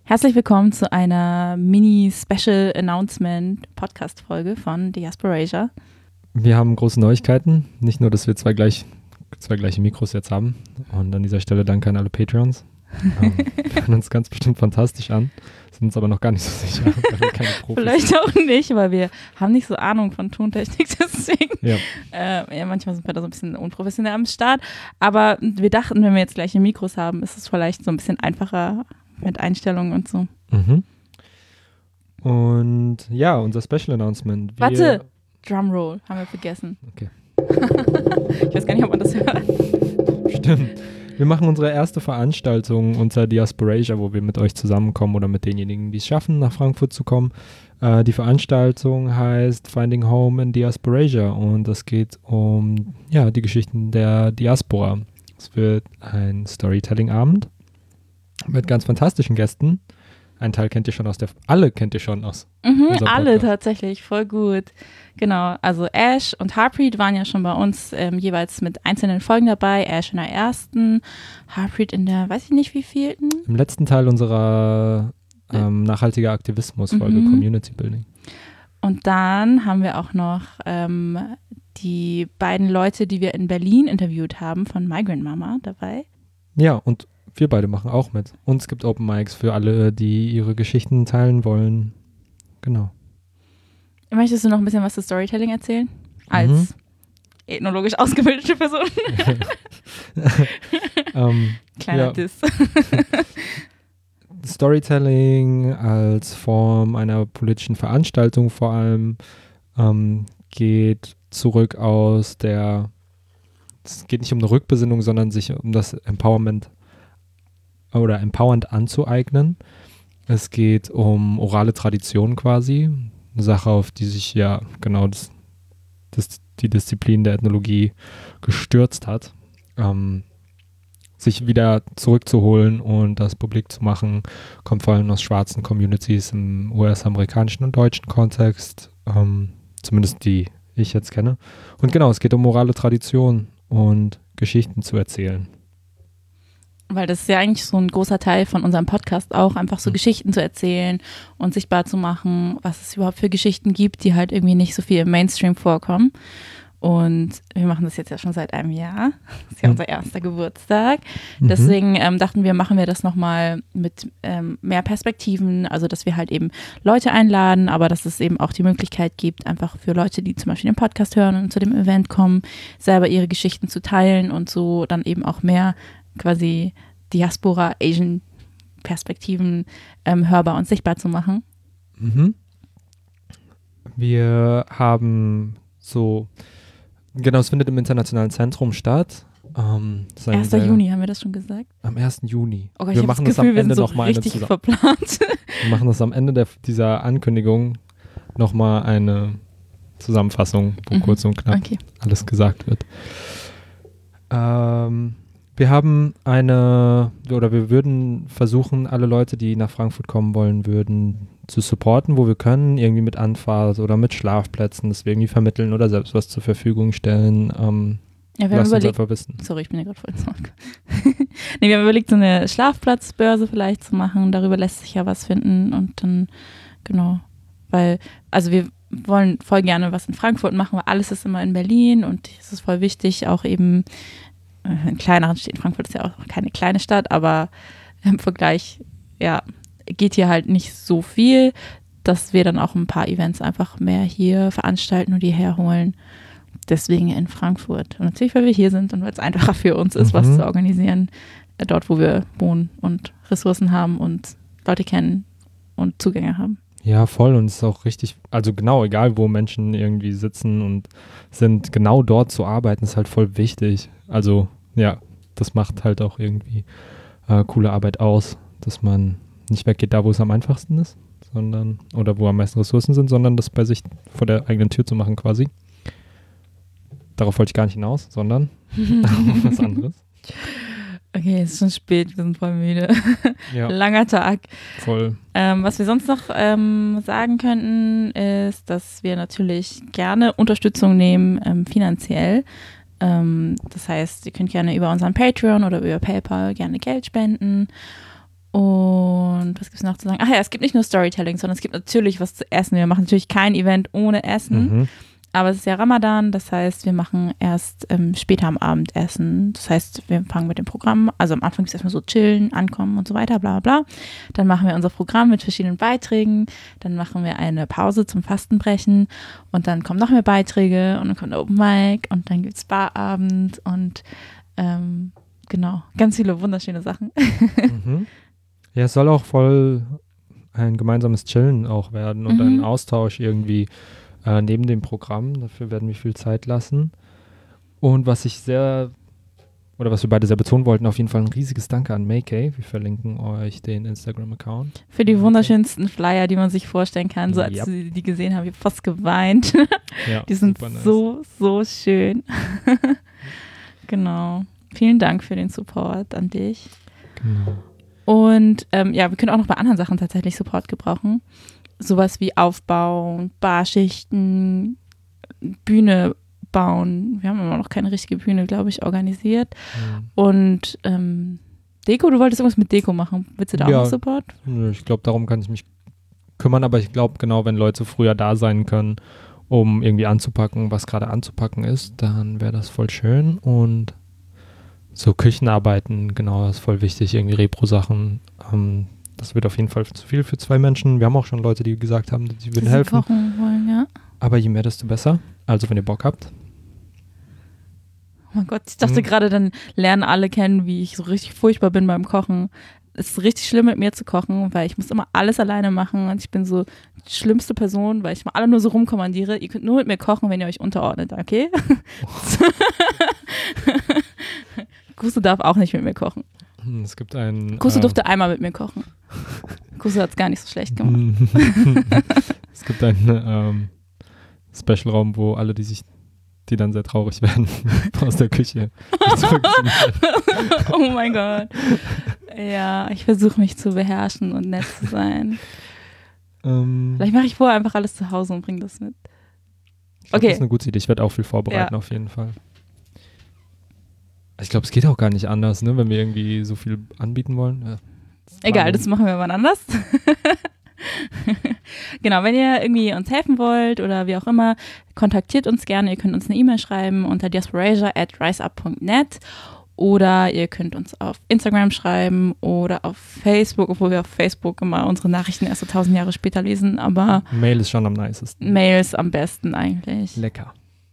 Herzlich willkommen zu einer Mini-Special-Announcement-Podcast-Folge von Diasporasia. Wir haben große Neuigkeiten. Nicht nur, dass wir zwei gleiche Mikros jetzt haben. Und an dieser Stelle danke an alle Patreons. Hören uns ganz bestimmt fantastisch an. Sind uns aber noch gar nicht so sicher, weil wir keine Profis Vielleicht auch nicht, weil wir haben nicht so Ahnung von Tontechnik, deswegen. Ja. Manchmal sind wir da so ein bisschen unprofessionell am Start. Aber wir dachten, wenn wir jetzt gleiche Mikros haben, ist es vielleicht so ein bisschen einfacher mit Einstellungen und so. Mhm. Und ja, unser Special Announcement. Warte, Drumroll haben wir vergessen. Okay. Ich weiß gar nicht, ob man das hört. Stimmt. Wir machen unsere erste Veranstaltung unter Diasporasia, wo wir mit euch zusammenkommen oder mit denjenigen, die es schaffen, nach Frankfurt zu kommen. Die Veranstaltung heißt Finding Home in Diasporasia und es geht um die Geschichten der Diaspora. Es wird ein Storytelling-Abend mit ganz fantastischen Gästen. Einen Teil kennt ihr schon alle kennt ihr schon aus. Alle tatsächlich, voll gut. Genau, also Ash und Harpreet waren ja schon bei uns jeweils mit einzelnen Folgen dabei. Ash in der ersten, Harpreet in der, weiß ich nicht wievielten. Im letzten Teil unserer nachhaltiger Aktivismus-Folge Community Building. Und dann haben wir auch noch die beiden Leute, die wir in Berlin interviewt haben, von Migrant Mama dabei. Ja, und wir beide machen auch mit. Und es gibt Open Mics für alle, die ihre Geschichten teilen wollen. Genau. Möchtest du noch ein bisschen was zu Storytelling erzählen? Als ethnologisch ausgebildete Person. Kleiner Diss. Storytelling als Form einer politischen Veranstaltung vor allem geht zurück es geht nicht um eine Rückbesinnung, sondern sich um das Empowerment oder empowernd anzueignen. Es geht um orale Tradition quasi, eine Sache, auf die sich die Disziplin der Ethnologie gestürzt hat, sich wieder zurückzuholen und das publik zu machen, kommt vor allem aus schwarzen Communities im US-amerikanischen und deutschen Kontext, zumindest die ich jetzt kenne. Und genau, es geht um orale Tradition und Geschichten zu erzählen. Weil das ist ja eigentlich so ein großer Teil von unserem Podcast auch, einfach so Geschichten zu erzählen und sichtbar zu machen, was es überhaupt für Geschichten gibt, die halt irgendwie nicht so viel im Mainstream vorkommen. Und wir machen das jetzt ja schon seit einem Jahr. Das ist ja unser erster Geburtstag. Deswegen dachten wir, machen wir das nochmal mit mehr Perspektiven, also dass wir halt eben Leute einladen, aber dass es eben auch die Möglichkeit gibt, einfach für Leute, die zum Beispiel den Podcast hören und zu dem Event kommen, selber ihre Geschichten zu teilen und so dann eben auch mehr quasi Diaspora-Asian-Perspektiven hörbar und sichtbar zu machen. Wir haben es findet im Internationalen Zentrum statt. 1. Juni, haben wir das schon gesagt? Am 1. Juni. Oh Gott, wir machen das am Ende nochmal richtig verplant. Wir machen das am Ende dieser Ankündigung nochmal eine Zusammenfassung, wo kurz und knapp alles gesagt wird. Wir würden versuchen, alle Leute, die nach Frankfurt kommen wollen würden, zu supporten, wo wir können, irgendwie mit Anfahrt oder mit Schlafplätzen, das wir irgendwie vermitteln oder selbst was zur Verfügung stellen. Wir haben überlegt, sorry, ich bin ja gerade voll zurück. Wir haben überlegt, so eine Schlafplatzbörse vielleicht zu machen, darüber lässt sich ja was finden und dann, genau, wir wollen voll gerne was in Frankfurt machen, weil alles ist immer in Berlin und es ist voll wichtig, auch eben in kleineren Städten. Frankfurt ist ja auch keine kleine Stadt, aber im Vergleich, geht hier halt nicht so viel, dass wir dann auch ein paar Events einfach mehr hier veranstalten und hierher holen. Deswegen in Frankfurt. Und natürlich, weil wir hier sind und weil es einfacher für uns ist, was zu organisieren, dort, wo wir wohnen und Ressourcen haben und Leute kennen und Zugänge haben. Ja, voll. Und es ist auch richtig, also genau, egal wo Menschen irgendwie sitzen und sind, genau dort zu arbeiten, ist halt voll wichtig. Also das macht halt auch irgendwie coole Arbeit aus, dass man nicht weggeht da, wo es am einfachsten ist, oder wo am meisten Ressourcen sind, sondern das bei sich vor der eigenen Tür zu machen quasi. Darauf wollte ich gar nicht hinaus, sondern was anderes. Okay, es ist schon spät, wir sind voll müde. Ja. Langer Tag. Voll. Was wir sonst noch sagen könnten, ist, dass wir natürlich gerne Unterstützung nehmen, finanziell. Das heißt, ihr könnt gerne über unseren Patreon oder über PayPal gerne Geld spenden. Und was gibt es noch zu sagen? Ach ja, es gibt nicht nur Storytelling, sondern es gibt natürlich was zu essen. Wir machen natürlich kein Event ohne Essen. Aber es ist ja Ramadan, das heißt, wir machen erst später am Abend Essen. Das heißt, wir fangen mit dem Programm, also am Anfang ist erstmal so chillen, ankommen und so weiter, bla bla bla. Dann machen wir unser Programm mit verschiedenen Beiträgen. Dann machen wir eine Pause zum Fastenbrechen und dann kommen noch mehr Beiträge und dann kommt Open Mic und dann gibt es Barabend und genau, ganz viele wunderschöne Sachen. Ja, es soll auch voll ein gemeinsames Chillen auch werden und ein Austausch irgendwie neben dem Programm. Dafür werden wir viel Zeit lassen. Und was wir beide sehr betonen wollten, auf jeden Fall ein riesiges Danke an Maykay. Wir verlinken euch den Instagram-Account. Für die wunderschönsten Flyer, die man sich vorstellen kann. So als ich die gesehen habe, ich habe fast geweint. Ja, die sind nice. so schön. Genau. Vielen Dank für den Support an dich. Genau. Und wir können auch noch bei anderen Sachen tatsächlich Support gebrauchen. Sowas wie Aufbau, Barschichten, Bühne bauen. Wir haben immer noch keine richtige Bühne, glaube ich, organisiert. Und Deko, du wolltest irgendwas mit Deko machen. Willst du da auch noch Support? Ich glaube, darum kann ich mich kümmern. Aber ich glaube, genau, wenn Leute früher da sein können, um irgendwie anzupacken, was gerade anzupacken ist, dann wäre das voll schön. Und so Küchenarbeiten, genau, das ist voll wichtig, irgendwie Repro-Sachen. Das wird auf jeden Fall zu viel für 2 Menschen. Wir haben auch schon Leute, die gesagt haben, sie würden helfen. Kochen wollen, ja. Aber je mehr, desto besser. Also wenn ihr Bock habt. Oh mein Gott, ich dachte gerade, dann lernen alle kennen, wie ich so richtig furchtbar bin beim Kochen. Es ist richtig schlimm, mit mir zu kochen, weil ich muss immer alles alleine machen und ich bin so die schlimmste Person, weil ich mal alle nur so rumkommandiere. Ihr könnt nur mit mir kochen, wenn ihr euch unterordnet, okay? Kusu darf auch nicht mit mir kochen. Es gibt einen... Kusu durfte einmal mit mir kochen. Kusu hat es gar nicht so schlecht gemacht. Es gibt einen Special-Raum, wo alle, die dann sehr traurig werden, aus der Küche zurückziehen. Oh mein Gott. Ja, ich versuche mich zu beherrschen und nett zu sein. Vielleicht mache ich vorher einfach alles zu Hause und bringe das mit. Das ist eine gute Idee. Ich werde auch viel vorbereiten, auf jeden Fall. Ich glaube, es geht auch gar nicht anders, ne, wenn wir irgendwie so viel anbieten wollen. Ja. Egal, das machen wir mal anders. Genau, wenn ihr irgendwie uns helfen wollt oder wie auch immer, kontaktiert uns gerne. Ihr könnt uns eine E-Mail schreiben unter diasporasia@riseup.net oder ihr könnt uns auf Instagram schreiben oder auf Facebook, obwohl wir auf Facebook immer unsere Nachrichten erst so 1000 Jahre später lesen, aber Mail ist schon am nicesten. Mail ist am besten eigentlich. Lecker.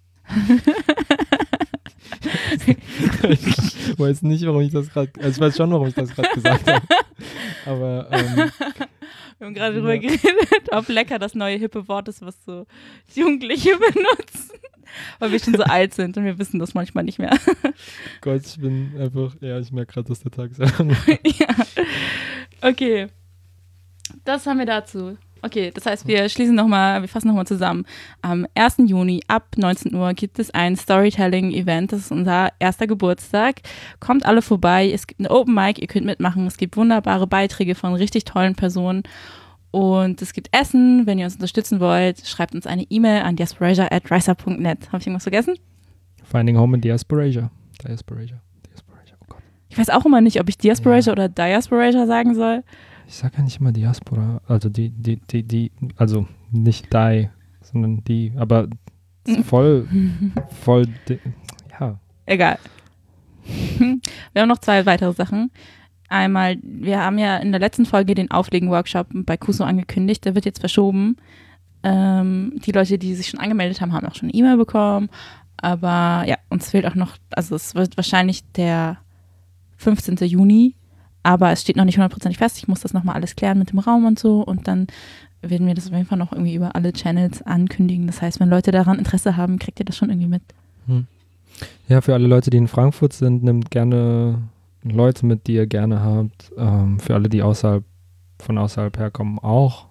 Ich weiß nicht, warum ich das gerade, also ich weiß schon, warum ich das gerade gesagt habe, aber wir haben gerade drüber geredet, ob lecker das neue hippe Wort ist, was so Jugendliche benutzen, weil wir schon so alt sind und wir wissen das manchmal nicht mehr. Gott, ich bin einfach, ich merke gerade, dass der Tag sehr lang ist. Ja, okay, das haben wir dazu. Okay, das heißt, wir fassen nochmal zusammen. Am 1. Juni ab 19 Uhr gibt es ein Storytelling-Event. Das ist unser erster Geburtstag. Kommt alle vorbei. Es gibt eine Open Mic, ihr könnt mitmachen. Es gibt wunderbare Beiträge von richtig tollen Personen. Und es gibt Essen. Wenn ihr uns unterstützen wollt, schreibt uns eine E-Mail an diasporasia@riseup.net. Habe ich irgendwas vergessen? Finding Home in Diasporasia. Oh Gott. Ich weiß auch immer nicht, ob ich Diasporasia oder Diasporasia sagen soll. Ich sage ja nicht immer Diaspora, also also nicht die, sondern die, aber voll, ja. Egal. Wir haben noch 2 weitere Sachen. Einmal, wir haben ja in der letzten Folge den Auflegen-Workshop bei Kuso angekündigt, der wird jetzt verschoben. Die Leute, die sich schon angemeldet haben, haben auch schon eine E-Mail bekommen, aber ja, uns fehlt auch noch, also es wird wahrscheinlich der 15. Juni, aber es steht noch nicht 100% fest. Ich muss das nochmal alles klären mit dem Raum und so und dann werden wir das auf jeden Fall noch irgendwie über alle Channels ankündigen. Das heißt, wenn Leute daran Interesse haben, kriegt ihr das schon irgendwie mit. Ja, für alle Leute, die in Frankfurt sind, nehmt gerne Leute mit, die ihr gerne habt. Für alle, die von außerhalb herkommen, auch.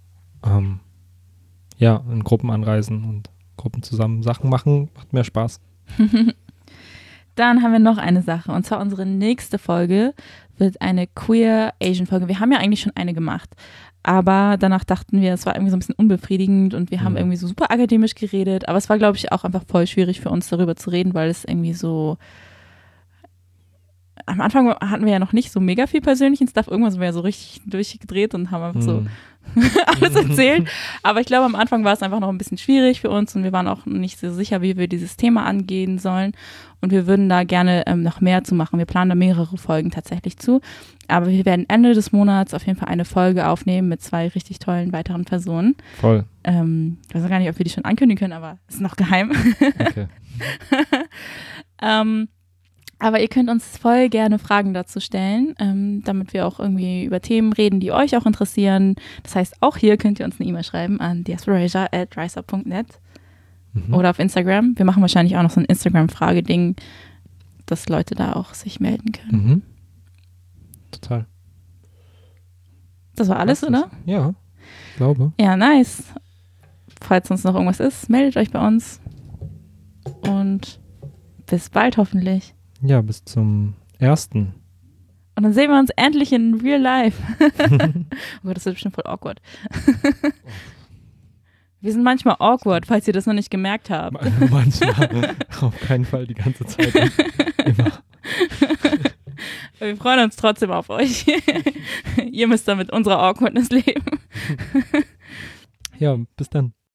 In Gruppen anreisen und Gruppen zusammen Sachen machen, macht mehr Spaß. Dann haben wir noch eine Sache und zwar unsere nächste Folge wird eine Queer-Asian-Folge. Wir haben ja eigentlich schon eine gemacht, aber danach dachten wir, es war irgendwie so ein bisschen unbefriedigend und wir haben irgendwie so super akademisch geredet, aber es war, glaube ich, auch einfach voll schwierig für uns darüber zu reden, weil es irgendwie so, am Anfang hatten wir ja noch nicht so mega viel persönlichen Stuff. Irgendwann sind wir ja so richtig durchgedreht und haben einfach so alles erzählt. Aber ich glaube, am Anfang war es einfach noch ein bisschen schwierig für uns und wir waren auch nicht so sicher, wie wir dieses Thema angehen sollen. Und wir würden da gerne noch mehr zu machen. Wir planen da mehrere Folgen tatsächlich zu. Aber wir werden Ende des Monats auf jeden Fall eine Folge aufnehmen mit 2 richtig tollen weiteren Personen. Voll. Ich weiß auch gar nicht, ob wir die schon ankündigen können, aber ist noch geheim. Okay. Aber ihr könnt uns voll gerne Fragen dazu stellen, damit wir auch irgendwie über Themen reden, die euch auch interessieren. Das heißt, auch hier könnt ihr uns eine E-Mail schreiben an diasporasia@riseup.net oder auf Instagram. Wir machen wahrscheinlich auch noch so ein Instagram-Frageding, dass Leute da auch sich melden können. Mhm. Total. Das war alles, oder? Ja, ich glaube. Ja, nice. Falls sonst noch irgendwas ist, meldet euch bei uns. Und bis bald hoffentlich. Ja, bis zum 1. Und dann sehen wir uns endlich in real life. Oh Gott, das wird bestimmt voll awkward. Wir sind manchmal awkward, falls ihr das noch nicht gemerkt habt. Manchmal. Auf keinen Fall die ganze Zeit. Immer. Wir freuen uns trotzdem auf euch. Ihr müsst dann mit unserer Awkwardness leben. Ja, bis dann.